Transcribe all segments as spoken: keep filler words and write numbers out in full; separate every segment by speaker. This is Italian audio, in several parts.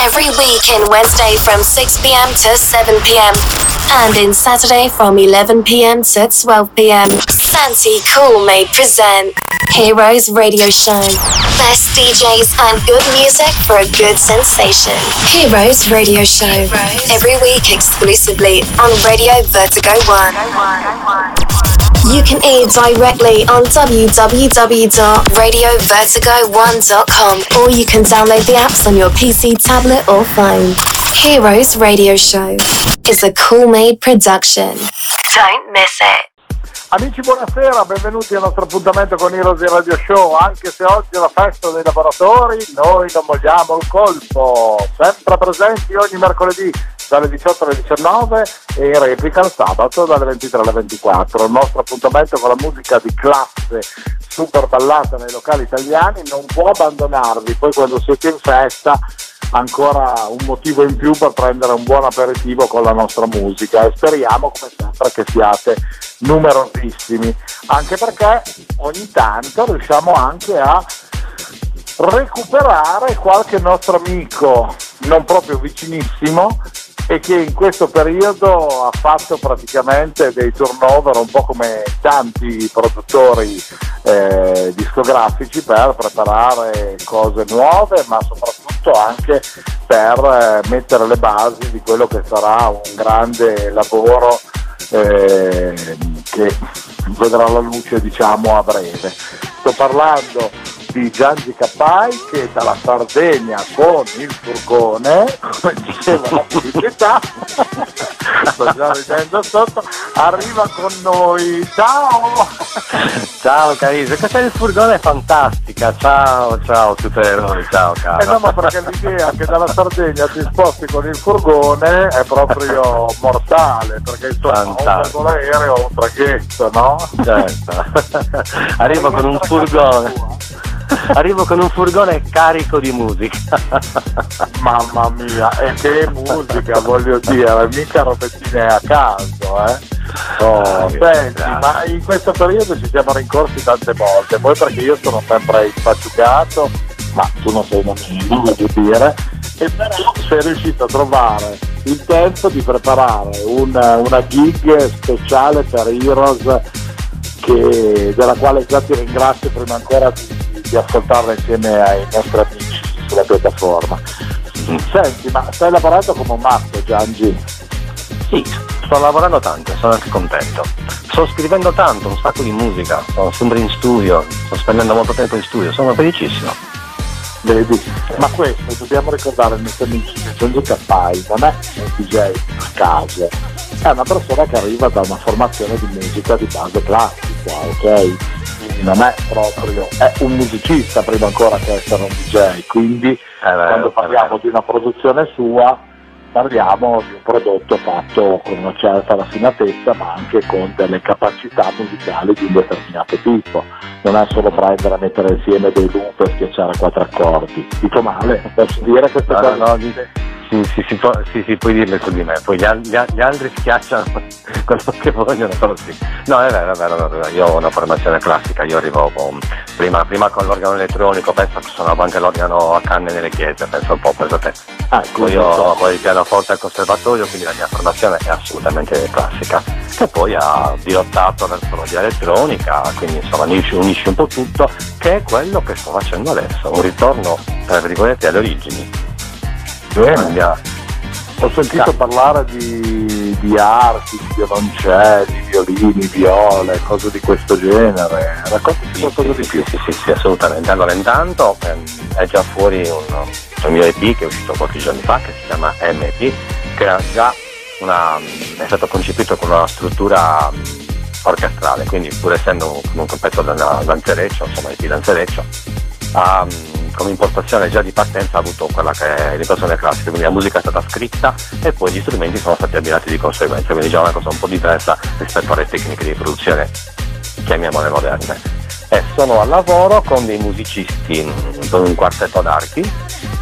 Speaker 1: Every week in Wednesday from six p.m. to seven p.m. and in Saturday from eleven p.m. to twelve p.m. Santi Coolmade present Heroes Radio Show. Best D Js and good music for a good sensation. Heroes Radio Show. Heroes. Every week exclusively on Radio Vertigo One. You can hear directly on w w w dot radio vertigo one dot com or you can download the apps on your P C, tablet or phone. Heroes Radio Show is a Coolmade production. Don't miss it.
Speaker 2: Amici, buonasera, benvenuti al nostro appuntamento con Heroes Radio Show. Anche se oggi è la festa dei lavoratori, noi non vogliamo il colpo. Sempre presenti ogni mercoledì dalle diciotto alle diciannove e in replica il sabato dalle ventitré alle ventiquattro. Il nostro appuntamento con la musica di classe super ballata nei locali italiani non può abbandonarvi. Poi quando siete in festa ancora un motivo in più per prendere un buon aperitivo con la nostra musica e speriamo come sempre che siate numerosissimi, anche perché ogni tanto riusciamo anche a recuperare qualche nostro amico non proprio vicinissimo e che in questo periodo ha fatto praticamente dei turnover un po' come tanti produttori eh, discografici per preparare cose nuove, ma soprattutto anche per eh, mettere le basi di quello che sarà un grande lavoro eh, che vedrà la luce, diciamo, a breve. Sto parlando di Giangi Cappai che dalla Sardegna con il furgone, come diceva la pubblicità, sto già ridendo sotto, arriva con noi. Ciao!
Speaker 3: Ciao carissimo, questa del furgone è fantastica, ciao ciao supereroi, ciao caro.
Speaker 2: Eh no, ma perché l'idea che dalla Sardegna ti sposti con il furgone è proprio mortale, perché insomma un volo aereo o un traghetto, no?
Speaker 3: Certo. Arrivo con un furgone. Arrivo con un furgone carico di musica.
Speaker 2: Mamma mia, e che musica, voglio dire, mica robettine a caso, eh. Oh, ah, senti, ma in questo periodo ci siamo rincorsi tante volte, poi perché io sono sempre impacciucato, ma tu non sei nemmeno, voglio dire, e però sei riuscito a trovare il tempo di preparare una, una gig speciale per Heroes che, della quale già ti ringrazio prima ancora di di ascoltarla insieme ai nostri amici sulla piattaforma. Senti, ma stai lavorando come un matto, Giangi?
Speaker 3: Sì, sto lavorando tanto, sono anche contento. Sto scrivendo tanto, un sacco di musica, sono sempre in studio, sto spendendo molto tempo in studio, sono felicissimo.
Speaker 2: Vedi, ma questo dobbiamo ricordare ai nostri amici che Giangi Cappai non è un D J a caso, è una persona che arriva da una formazione di musica di base classica, ok? Non è proprio, è un musicista prima ancora che essere un D J, quindi vero, quando parliamo di una produzione sua parliamo di un prodotto fatto con una certa raffinatezza ma anche con delle capacità musicali di un determinato tipo, non è solo prendere e mettere insieme dei loop e schiacciare quattro accordi. Dico male, posso dire queste cose?
Speaker 3: No, no, Sì, sì, sì, può, sì, sì, puoi dirle su di me, poi gli, gli, gli altri schiacciano quello che vogliono, però sì. No, è vero, è vero, è vero, io ho una formazione classica, io arrivo con, prima, prima con l'organo elettronico, penso che suonavo anche l'organo a canne nelle chiese, penso un po' preso te. Ah, poi io ho poi il pianoforte al conservatorio, quindi la mia formazione è assolutamente classica. E poi ha dirottato verso la via elettronica, quindi insomma unisci, unisci un po' tutto, che è quello che sto facendo adesso, un ritorno, tra virgolette, alle origini.
Speaker 2: Bene. Ho sentito ah. parlare di, di archi, di violoncelli, violini, viole, cose di questo genere. Raccontami
Speaker 3: sì,
Speaker 2: qualcosa
Speaker 3: sì,
Speaker 2: di
Speaker 3: sì,
Speaker 2: più.
Speaker 3: Sì, sì, sì, assolutamente. Allora, intanto ehm, è già fuori un, un mio E P che è uscito qualche giorno fa, che si chiama M E P, che era già una, è stato concepito con una struttura orchestrale, quindi pur essendo comunque un pezzo da danzereccio, insomma E P danzereccio, um, come impostazione già di partenza ha avuto quella che è l'impostazione classica, quindi la musica è stata scritta e poi gli strumenti sono stati abbinati di conseguenza, quindi già una cosa un po' diversa rispetto alle tecniche di produzione, chiamiamole moderne. E sono al lavoro con dei musicisti, con un quartetto d'archi,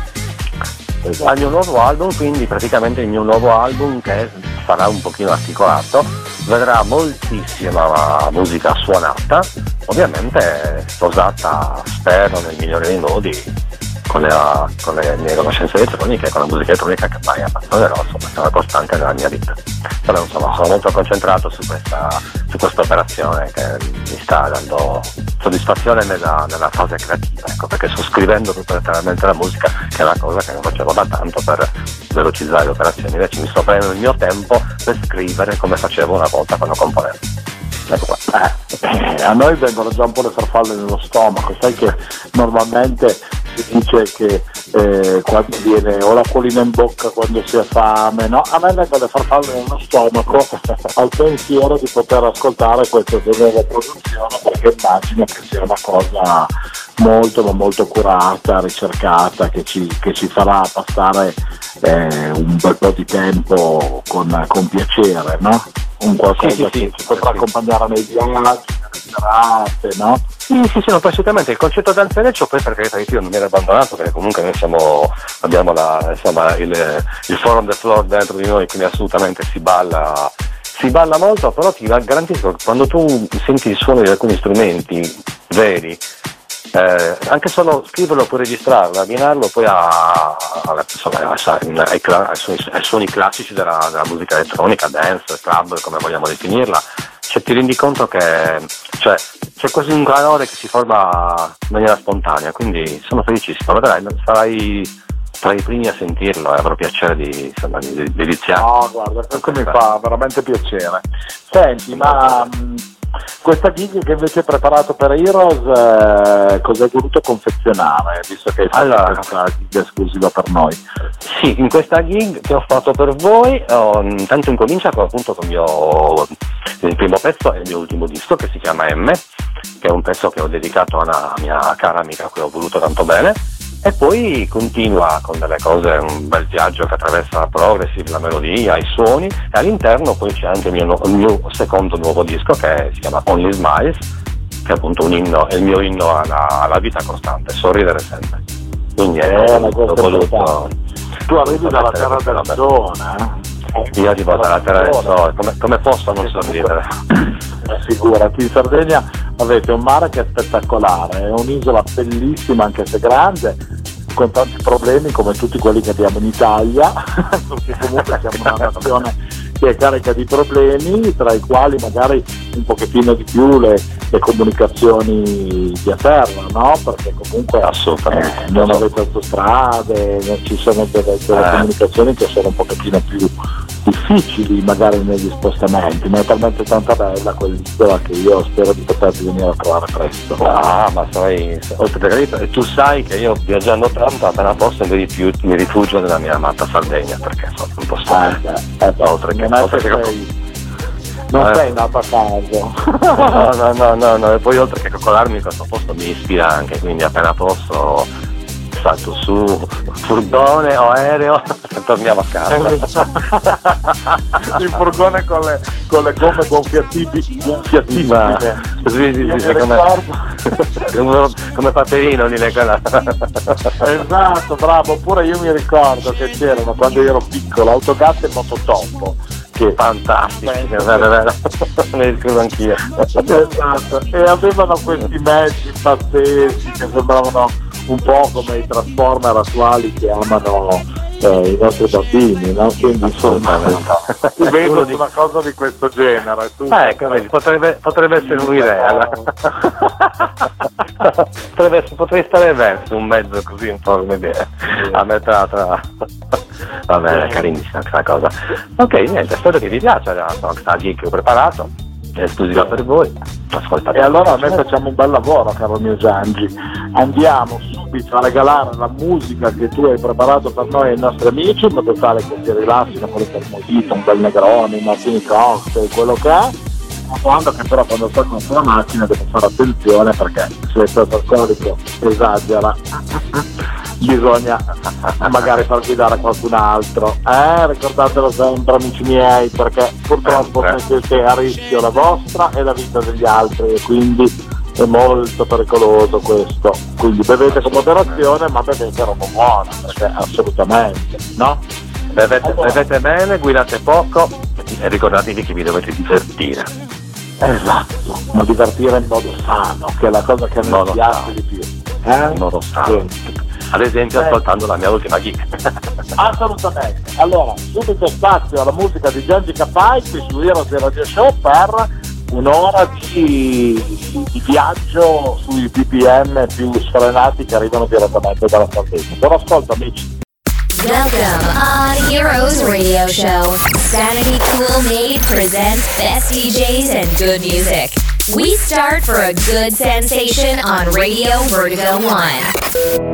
Speaker 3: al mio nuovo album, quindi praticamente il mio nuovo album che sarà un pochino articolato, vedrà moltissima musica suonata, ovviamente sposata, spero, nel migliore dei modi, con le, con le mie conoscenze elettroniche e con la musica elettronica, che mai è passione rosso, è una costante nella mia vita. Però insomma sono molto concentrato su questa su questa operazione che mi sta dando soddisfazione nella, nella fase creativa, ecco, perché sto scrivendo tutta letteralmente la musica, che è una cosa che non facevo da tanto per velocizzare le operazioni, invece mi sto prendendo il mio tempo per scrivere come facevo una volta quando componevo. Ecco qua.
Speaker 2: Eh, a noi vengono già un po' le farfalle nello stomaco, sai che normalmente si dice che eh, quando viene o l'acquolina in bocca quando si ha fame, no? A me vengono le farfalle nello stomaco al pensiero di poter ascoltare questa nuova produzione, perché immagino che sia una cosa molto ma molto curata, ricercata, che ci, che ci farà passare eh, un bel po' di tempo con, con piacere, no? Un qualcosa
Speaker 3: sì, sì,
Speaker 2: che
Speaker 3: sì,
Speaker 2: ci potrà
Speaker 3: sì.
Speaker 2: accompagnare nei viaggi, nelle serate, no?
Speaker 3: Sì, sì, sì, no, assolutamente. Il concetto del Feneccio poi, per carità di Dio, non mi era abbandonato, perché comunque noi siamo, abbiamo la, insomma, il, il forum the floor dentro di noi, quindi assolutamente si balla, si balla molto, però ti garantisco che quando tu senti il suono di alcuni strumenti veri, Eh, anche solo scriverlo, poi registrarlo, abbinarlo poi a, a, insomma, ai, ai, ai, suoni, ai suoni classici della, della musica elettronica, dance, club, come vogliamo definirla, cioè ti rendi conto che cioè, c'è quasi un calore che si forma in maniera spontanea, quindi sono felicissimo, vedrai, sarai tra i primi a sentirlo e avrò piacere di, insomma, di, di iniziare.
Speaker 2: No, guarda, questo mi fa veramente piacere. Senti, ma mh, questa gig che invece hai preparato per Heroes, eh, cosa hai voluto confezionare, visto che hai fatto
Speaker 3: allora,
Speaker 2: questa gig esclusiva per noi?
Speaker 3: Sì, in questa gig che ho fatto per voi, oh, intanto incomincia con, appunto con il mio il primo pezzo e il mio ultimo disco, che si chiama M, che è un pezzo che ho dedicato a una mia cara amica a cui ho voluto tanto bene, e poi continua con delle cose, un bel viaggio che attraversa la progressive, la melodia, i suoni, e all'interno poi c'è anche il mio, il mio secondo nuovo disco, che si chiama Only Smiles, che è appunto un inno, è il mio inno alla, alla vita costante, sorridere sempre. Quindi è
Speaker 2: Eh,
Speaker 3: ho voluto,
Speaker 2: tu arrivi dalla terra del sole, eh?
Speaker 3: Io arrivo dalla terra del sole, come, come posso non sorridere?
Speaker 2: Figurati, in Sardegna avete un mare che è spettacolare, è un'isola bellissima anche se grande, con tanti problemi come tutti quelli che abbiamo in Italia, perché comunque siamo una nazione che è carica di problemi, tra i quali magari un pochettino di più le, le comunicazioni via terra, no? Perché comunque
Speaker 3: assolutamente
Speaker 2: eh, non avete autostrade, non ci sono delle, delle eh. comunicazioni che sono un pochettino più difficili magari negli spostamenti, ma è talmente tanta bella quell'isola che io spero di poterti venire a trovare presto.
Speaker 3: Ah, ma sai, e tu sai che io viaggiando tanto appena posso di più mi rifugio nella mia amata Sardegna, perché sono un po'
Speaker 2: eh, eh, oltre che,
Speaker 3: non, oltre
Speaker 2: che sei, non
Speaker 3: eh.
Speaker 2: sei nato a caso.
Speaker 3: no, no, no, no, no, e poi oltre che coccolarmi in questo posto mi ispira anche, quindi appena posso salto su furgone o aereo e torniamo a casa.
Speaker 2: Il furgone con le, con le gomme gonfiatibili, gonfiatibili.
Speaker 3: Sì, sì, sì, come, come, come Paperino lì le
Speaker 2: esatto, bravo, oppure io mi ricordo che c'erano quando io ero piccolo Autogat e Mototopo, che
Speaker 3: fantastico, è vero, vero. Ne scrivo anch'io.
Speaker 2: Esatto, e avevano questi mezzi pazzeschi che sembravano un po' come i Transformer attuali che amano eh, i nostri bambini, no? Quindi insomma ti vedo di una cosa di questo genere. Tu
Speaker 3: eh, vedi, potrebbe, potrebbe essere un'idea. potrebbe, potrei stare bene su un mezzo così, un po' come dire, a metà tra. Va bene, carinissima questa cosa. Ok, niente, spero che vi piaccia la questa gig che ho preparato, è esclusiva per voi. Ascoltate.
Speaker 2: E allora noi facciamo un bel lavoro, caro mio Giangi. Andiamo subito a regalare la musica che tu hai preparato per noi e ai nostri amici, in modo tale che si rilassino con il termosito, un bel Negroni, un martini cocktail, quello che è. Quando che però quando torno sulla macchina devo fare attenzione, perché se il alcolico esagera bisogna magari far guidare qualcun altro, eh, ricordatelo sempre amici miei, perché purtroppo mettete a rischio la vostra e la vita degli altri, e quindi è molto pericoloso questo, quindi bevete con moderazione, ma bevete roba buona, perché assolutamente, no?
Speaker 3: Bevete, allora, bevete bene, guidate poco e ricordatevi che vi dovete divertire.
Speaker 2: Esatto, ma divertire in modo sano, che è la cosa che a me piace di più. Eh?
Speaker 3: In modo sano. ad esempio, ascoltando la mia ultima gig.
Speaker 2: Assolutamente. Allora, subito spazio alla musica di Gianni Capai qui su Heroes Radio Show per un'ora di, di viaggio sui B P M più sfrenati che arrivano direttamente dalla Sardegna. Buon ascolto, amici.
Speaker 4: Welcome on Heroes Radio Show. Sanity Cool Made presents best D Js and good music. We start for a good sensation on Radio Vertigo One.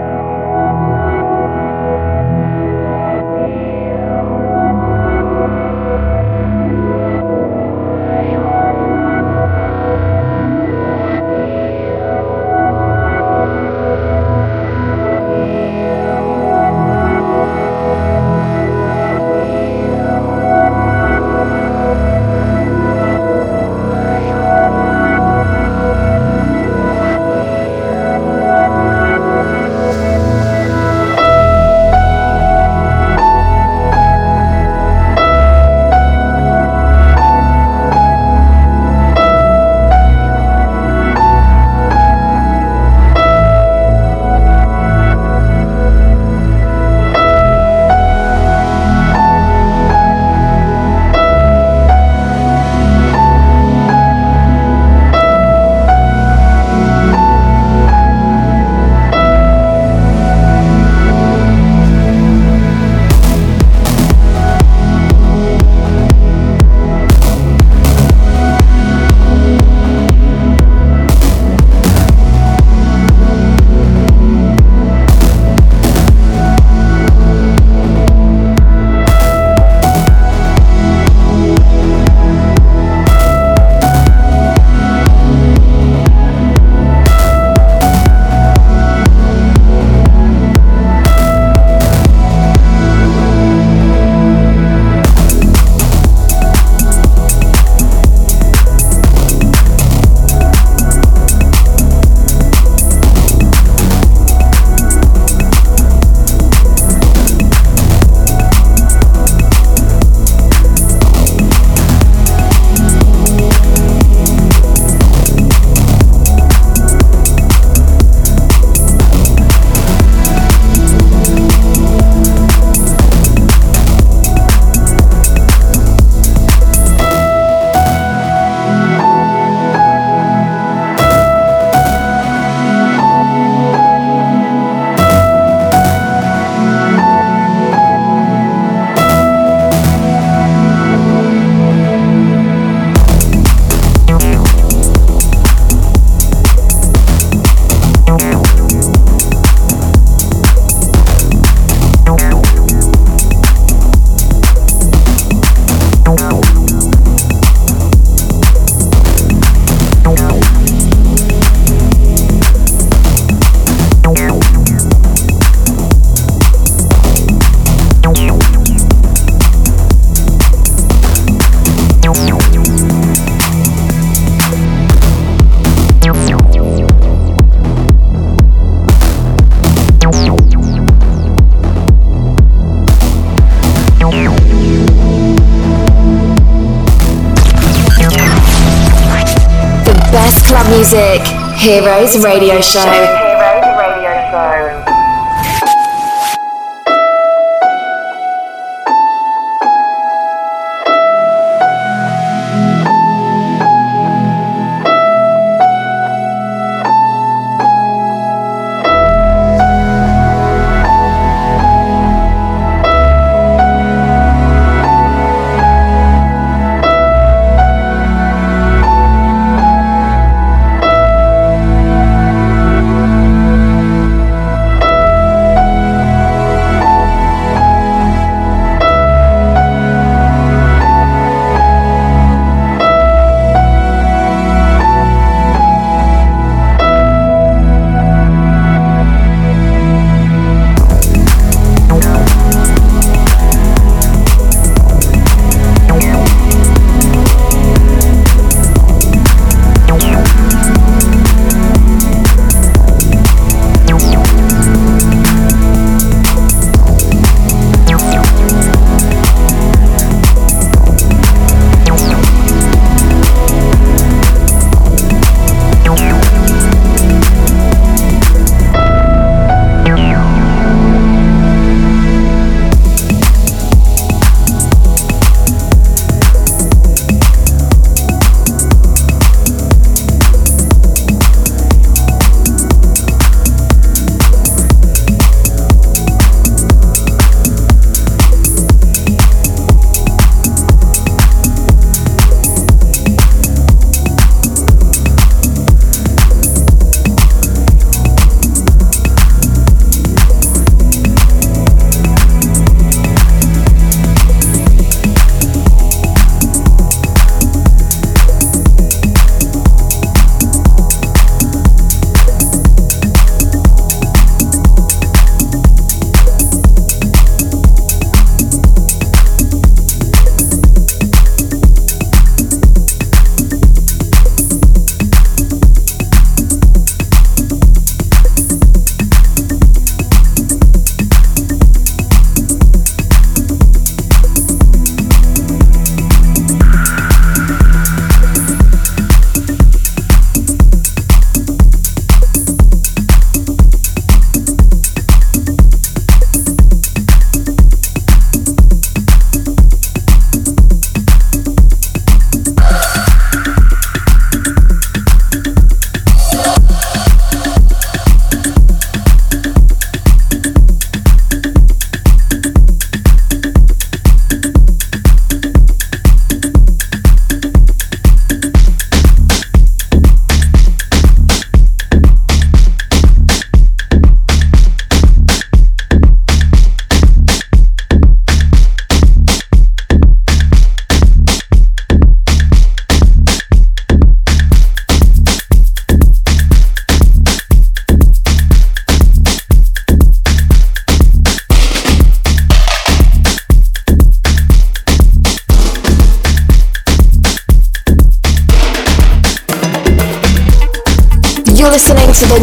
Speaker 1: Club music, Heroes Radio Show.
Speaker 5: Heroes Radio Show.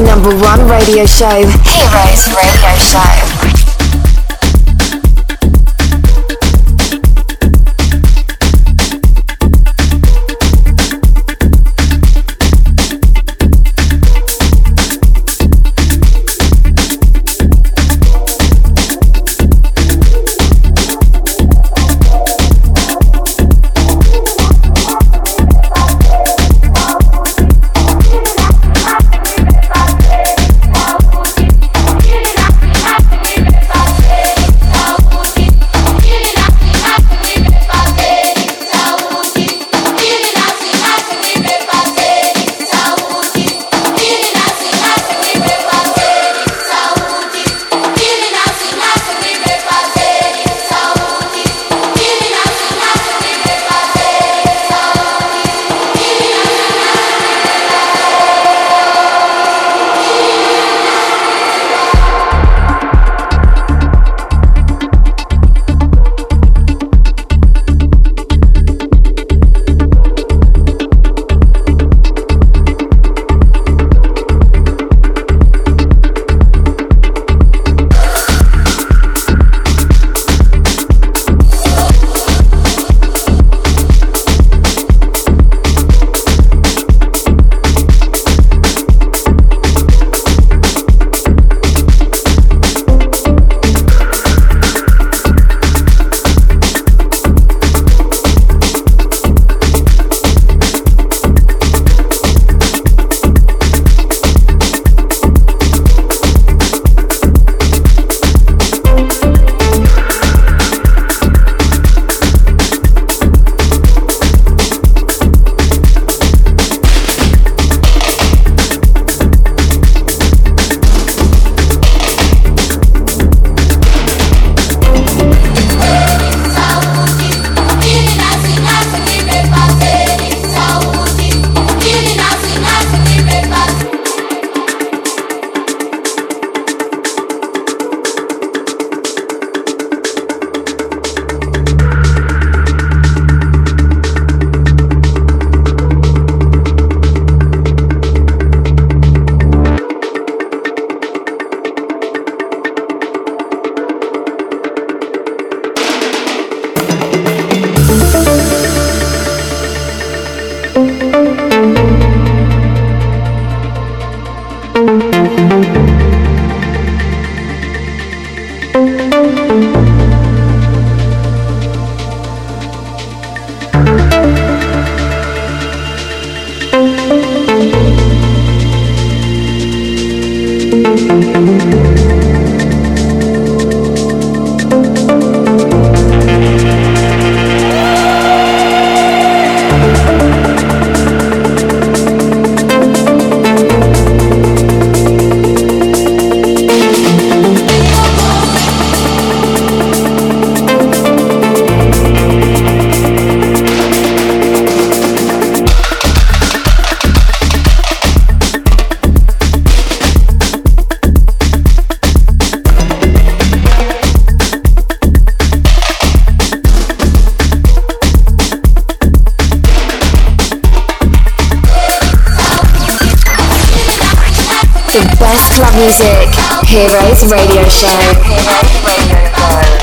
Speaker 1: number one radio show, Heroes Radio Show. Club music, Heroes Radio Show. Heroes Radio Show.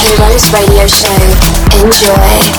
Speaker 1: Heroes Radio Show. Enjoy.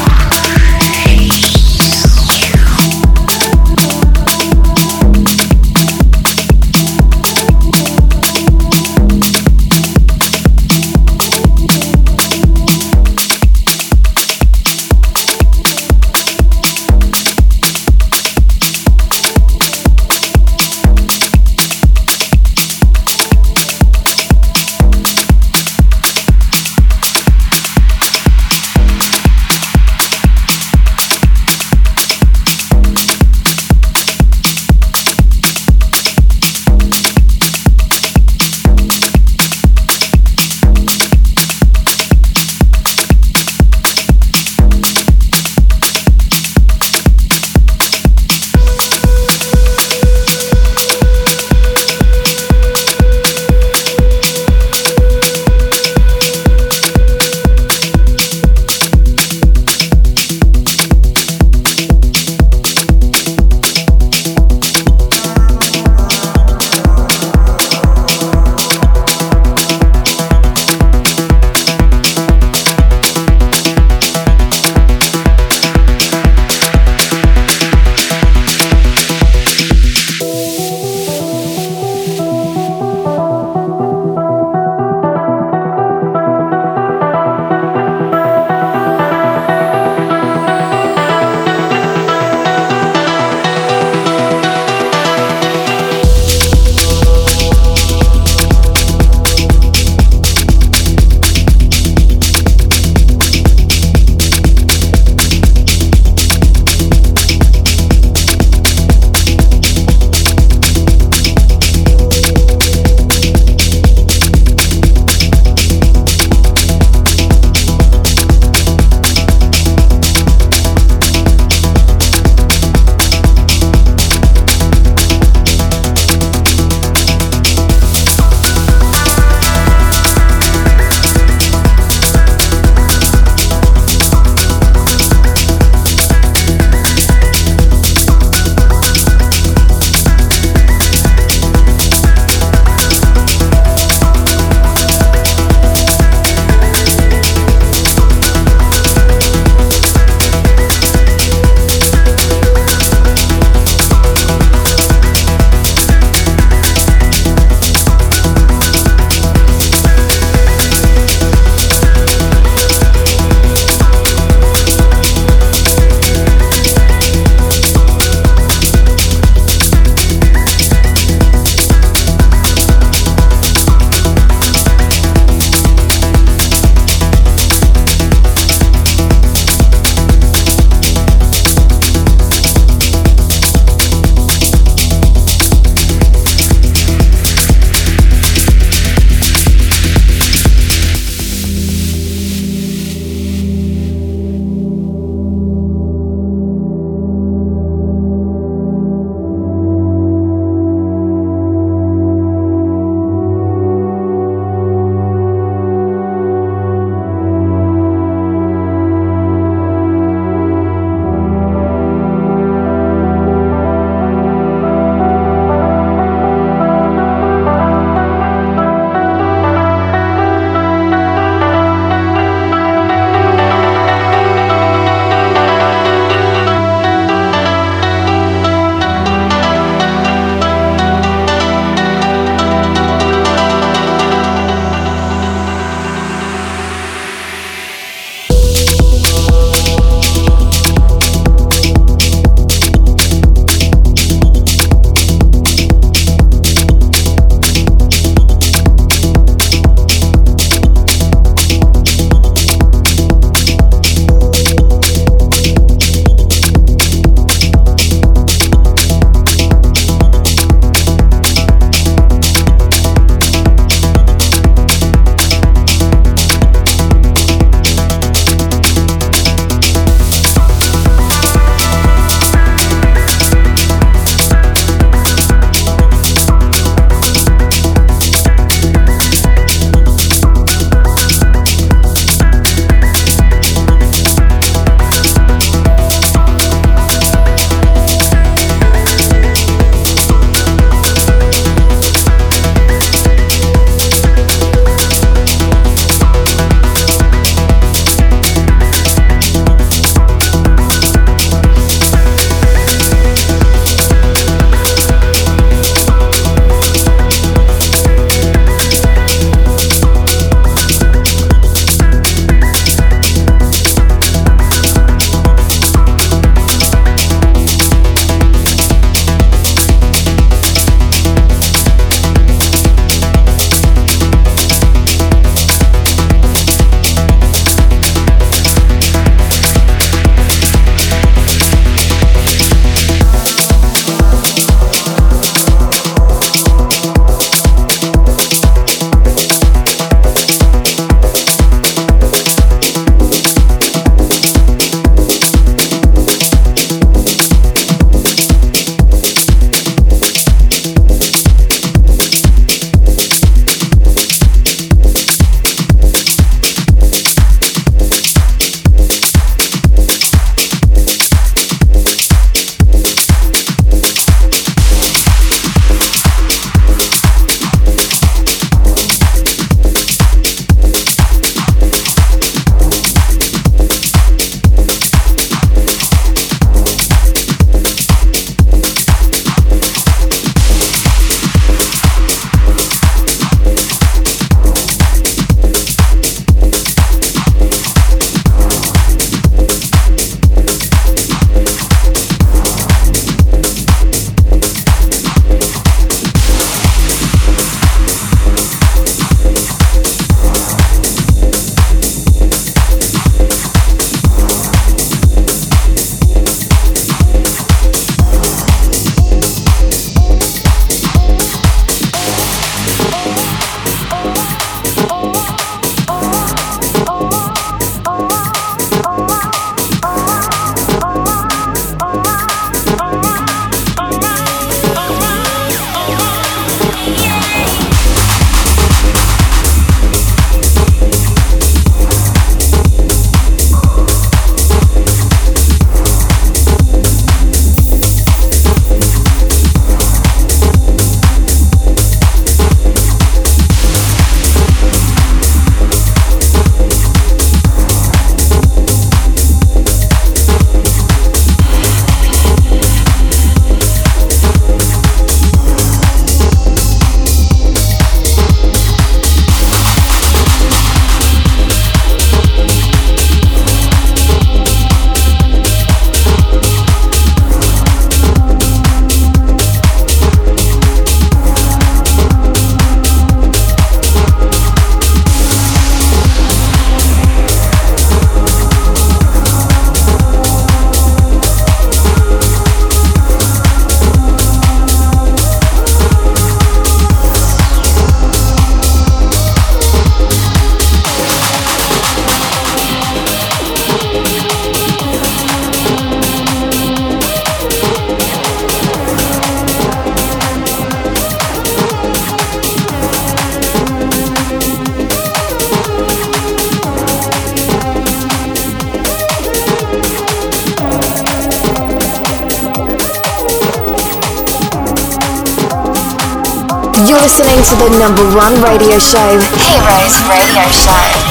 Speaker 1: You're listening to the number one radio show, Heroes Radio Show.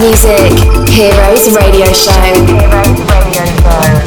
Speaker 1: music. Heroes Radio Show.
Speaker 5: Heroes Radio Show.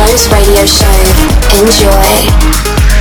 Speaker 1: Heroes Radio Show. Enjoy.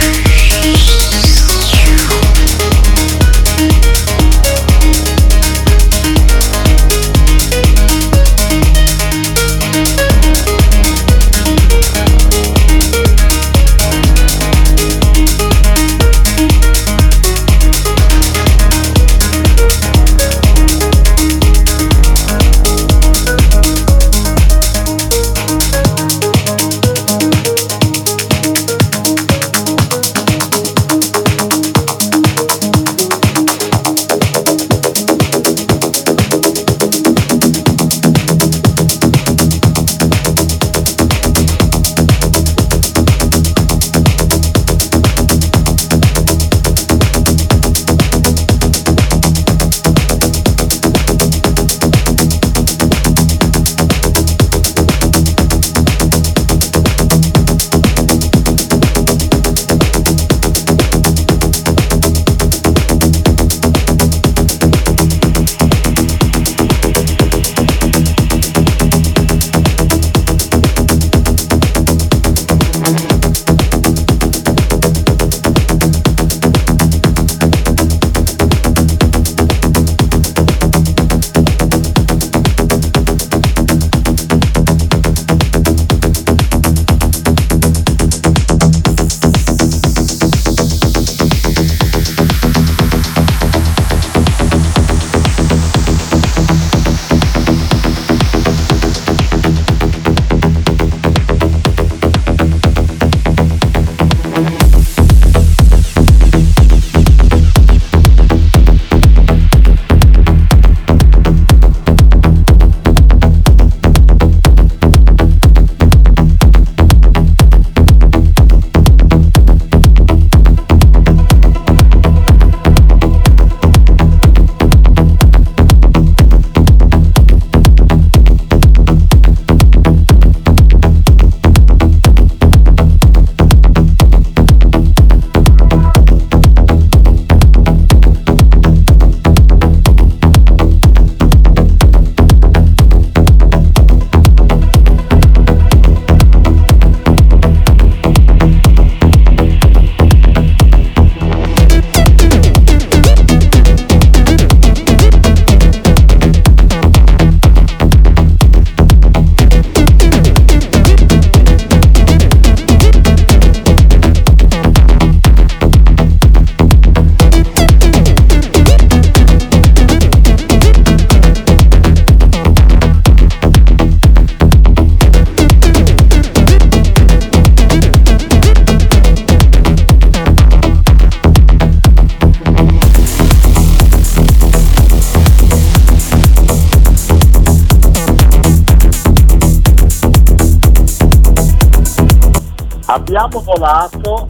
Speaker 2: Abbiamo volato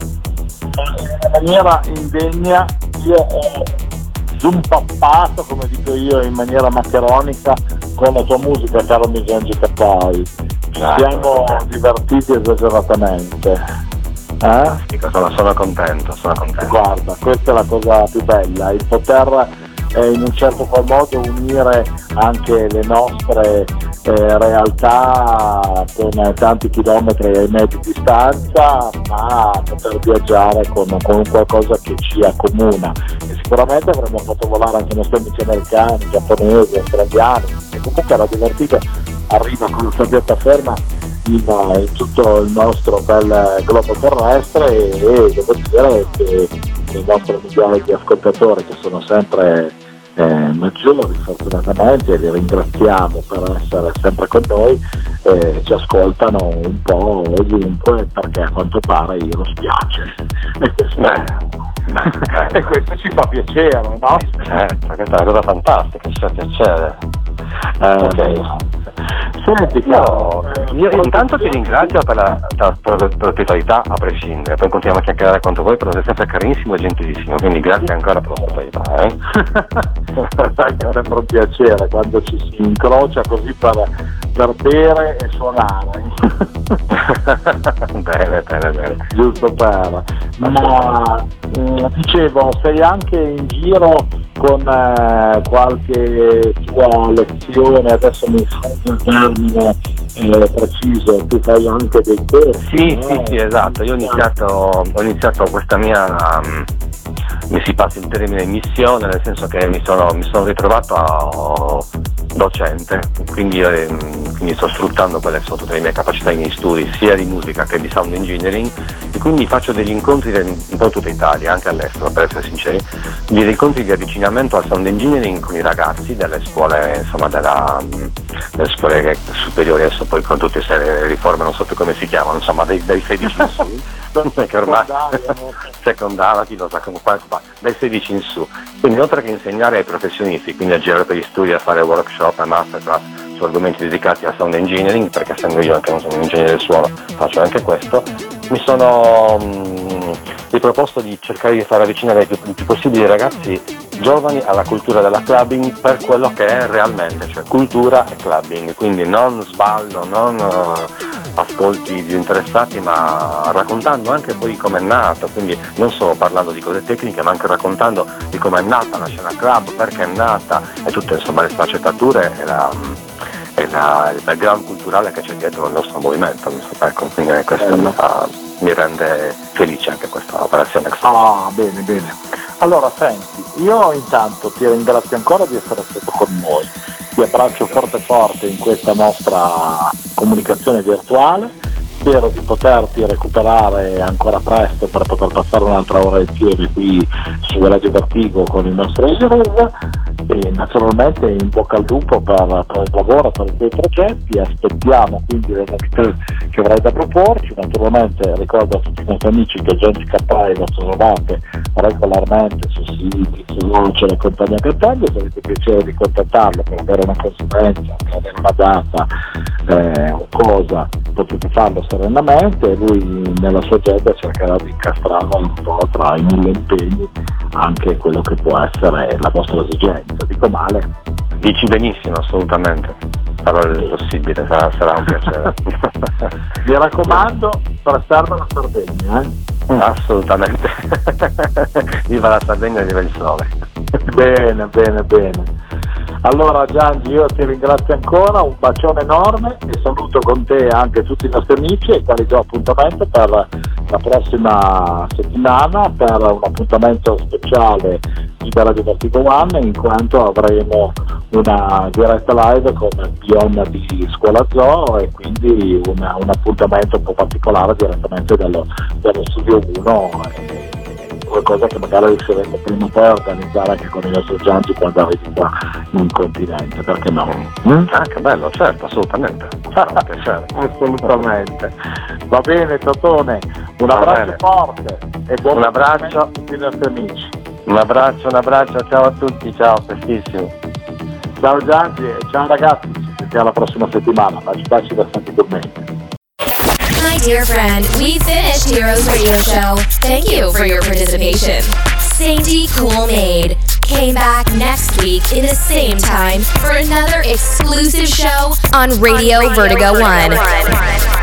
Speaker 2: in maniera indegna, io ho zumpappato, come dico io in maniera maccheronica, con la tua musica, caro Migengi Cappoi. Ci siamo divertiti esageratamente. Eh?
Speaker 3: Sono, sono contento, sono contento.
Speaker 2: Guarda, questa è la cosa più bella, il poter eh, in un certo qual modo unire anche le nostre eh, realtà con tanti chilometri e metri di distanza, ma poter viaggiare con, con qualcosa che ci accomuna. E sicuramente avremmo fatto volare anche i nostri amici americani, giapponesi, australiani, e comunque era divertito, arriva con la piattaforma ferma in, in tutto il nostro bel globo terrestre, e, e devo dire che i nostri migliaia di ascoltatori, che sono sempre eh, maggiori fortunatamente, e li ringraziamo per essere sempre con noi, eh, ci ascoltano un po' ovunque, perché a quanto pare io lo spiace e questo,
Speaker 3: Beh,
Speaker 2: e questo ci fa piacere, no?
Speaker 3: Certo, questa è una cosa fantastica, ci fa piacere.
Speaker 2: Eh, okay. Senti,
Speaker 3: io, io intanto ti ringrazio per la, per, per l'ospitalità a prescindere, poi continuiamo a chiacchierare quanto vuoi, però sei sempre carinissimo e gentilissimo, quindi grazie ancora per l'ospitalità. Eh?
Speaker 2: Sai che è sempre un piacere quando ci si incrocia così per, per bere e suonare.
Speaker 3: Bene, bene, bene.
Speaker 2: Giusto per. Ma eh, dicevo, sei anche in giro con eh, qualche tua lezione, adesso mi sfugge il termine, eh, preciso, tu fai anche dei corsi.
Speaker 3: Sì,
Speaker 2: no?
Speaker 3: sì, sì, esatto. Io ho iniziato, ho iniziato questa mia, um, mi si passa il termine missione, nel senso che mi sono, mi sono ritrovato a, docente, quindi, eh, quindi sto sfruttando quelle che sono tutte le mie capacità nei studi, sia di musica che di sound engineering, e quindi faccio degli incontri un po' in tutta Italia, anche all'estero per essere sinceri, degli incontri di avvicinamento al sound engineering con i ragazzi delle scuole, insomma, della, delle scuole superiori, adesso poi con tutte le riforme non so più come si chiamano, insomma dai, dai sedici in su, che ormai secondaria, chi lo sa, dai sedici in su. Quindi oltre che insegnare ai professionisti, quindi a girare per gli studi, a fare workshop e masterclass su argomenti dedicati al sound engineering, perché essendo io anche un ingegnere del suono faccio anche questo, mi sono mh, riproposto di cercare di far avvicinare il più, il più possibile i ragazzi giovani alla cultura della clubbing per quello che è realmente, cioè cultura e clubbing, quindi non sballo, non uh, ascolti disinteressati, ma raccontando anche poi come è nato, quindi non solo parlando di cose tecniche ma anche raccontando di come è nata la scena club, perché è nata e tutte insomma le sfaccettature e, la, e la, il background culturale che c'è dietro il nostro movimento, ecco, quindi questo mi, fa, mi rende felice anche questa operazione.
Speaker 2: Ah, bene, bene. Allora senti, io intanto ti ringrazio ancora di essere stato con noi, ti abbraccio forte forte in questa nostra comunicazione virtuale, spero di poterti recuperare ancora presto per poter passare un'altra ora insieme qui su Radio Vertigo con il nostro Egerese, e naturalmente in bocca al lupo per, per il lavoro, per i tuoi progetti, aspettiamo quindi le novità che avrai da proporci. Naturalmente ricordo a tutti i nostri amici che Gianni Cappai lo trovate regolarmente su siti, su voce e compagnia cantante, se avete piacere di contattarlo per avere una consulenza, per avere una data eh, o cosa, potete farlo serenamente, e lui nella sua agenda cercherà di incastrare un po' tra i mille impegni anche quello che può essere la vostra esigenza. Dico male?
Speaker 3: Dici benissimo, assolutamente, farò il possibile, sarà, sarà un piacere.
Speaker 2: Mi raccomando, prestarmi la Sardegna, eh?
Speaker 3: Assolutamente. Viva la Sardegna e viva il sole.
Speaker 2: Bene, bene, bene. Allora Gianni, io ti ringrazio ancora, un bacione enorme e saluto con te anche tutti i nostri amici, ai quali do appuntamento per la prossima settimana per un appuntamento speciale di Radio Vertigo One, in quanto avremo una diretta live con Bion di Scuola Zoo e quindi una, un appuntamento un po' particolare direttamente dello, dello Studio uno, e qualcosa che magari riusciremo prima poi a organizzare anche con i nostri gianti quando arrivi qua in continente, perché no?
Speaker 3: Mm? Ah, che bello, certo, assolutamente. Sarà un piacere.
Speaker 2: Assolutamente. Va bene Totone, un
Speaker 3: Va
Speaker 2: abbraccio
Speaker 3: bene.
Speaker 2: forte e buon
Speaker 3: Un abbraccio
Speaker 2: a tutti i nostri amici.
Speaker 3: Un abbraccio, un abbraccio, ciao a tutti, ciao, prestissimo.
Speaker 2: Ciao Gianni e ciao ragazzi, ci sentiamo la prossima settimana. Baci baci da Santi Commenti.
Speaker 4: My dear friend, we finished Heroes Radio Show. Thank you for your participation. Sainty Cool Maid came back next week in the same time for another exclusive show on Radio, on Radio Vertigo, Vertigo One. One.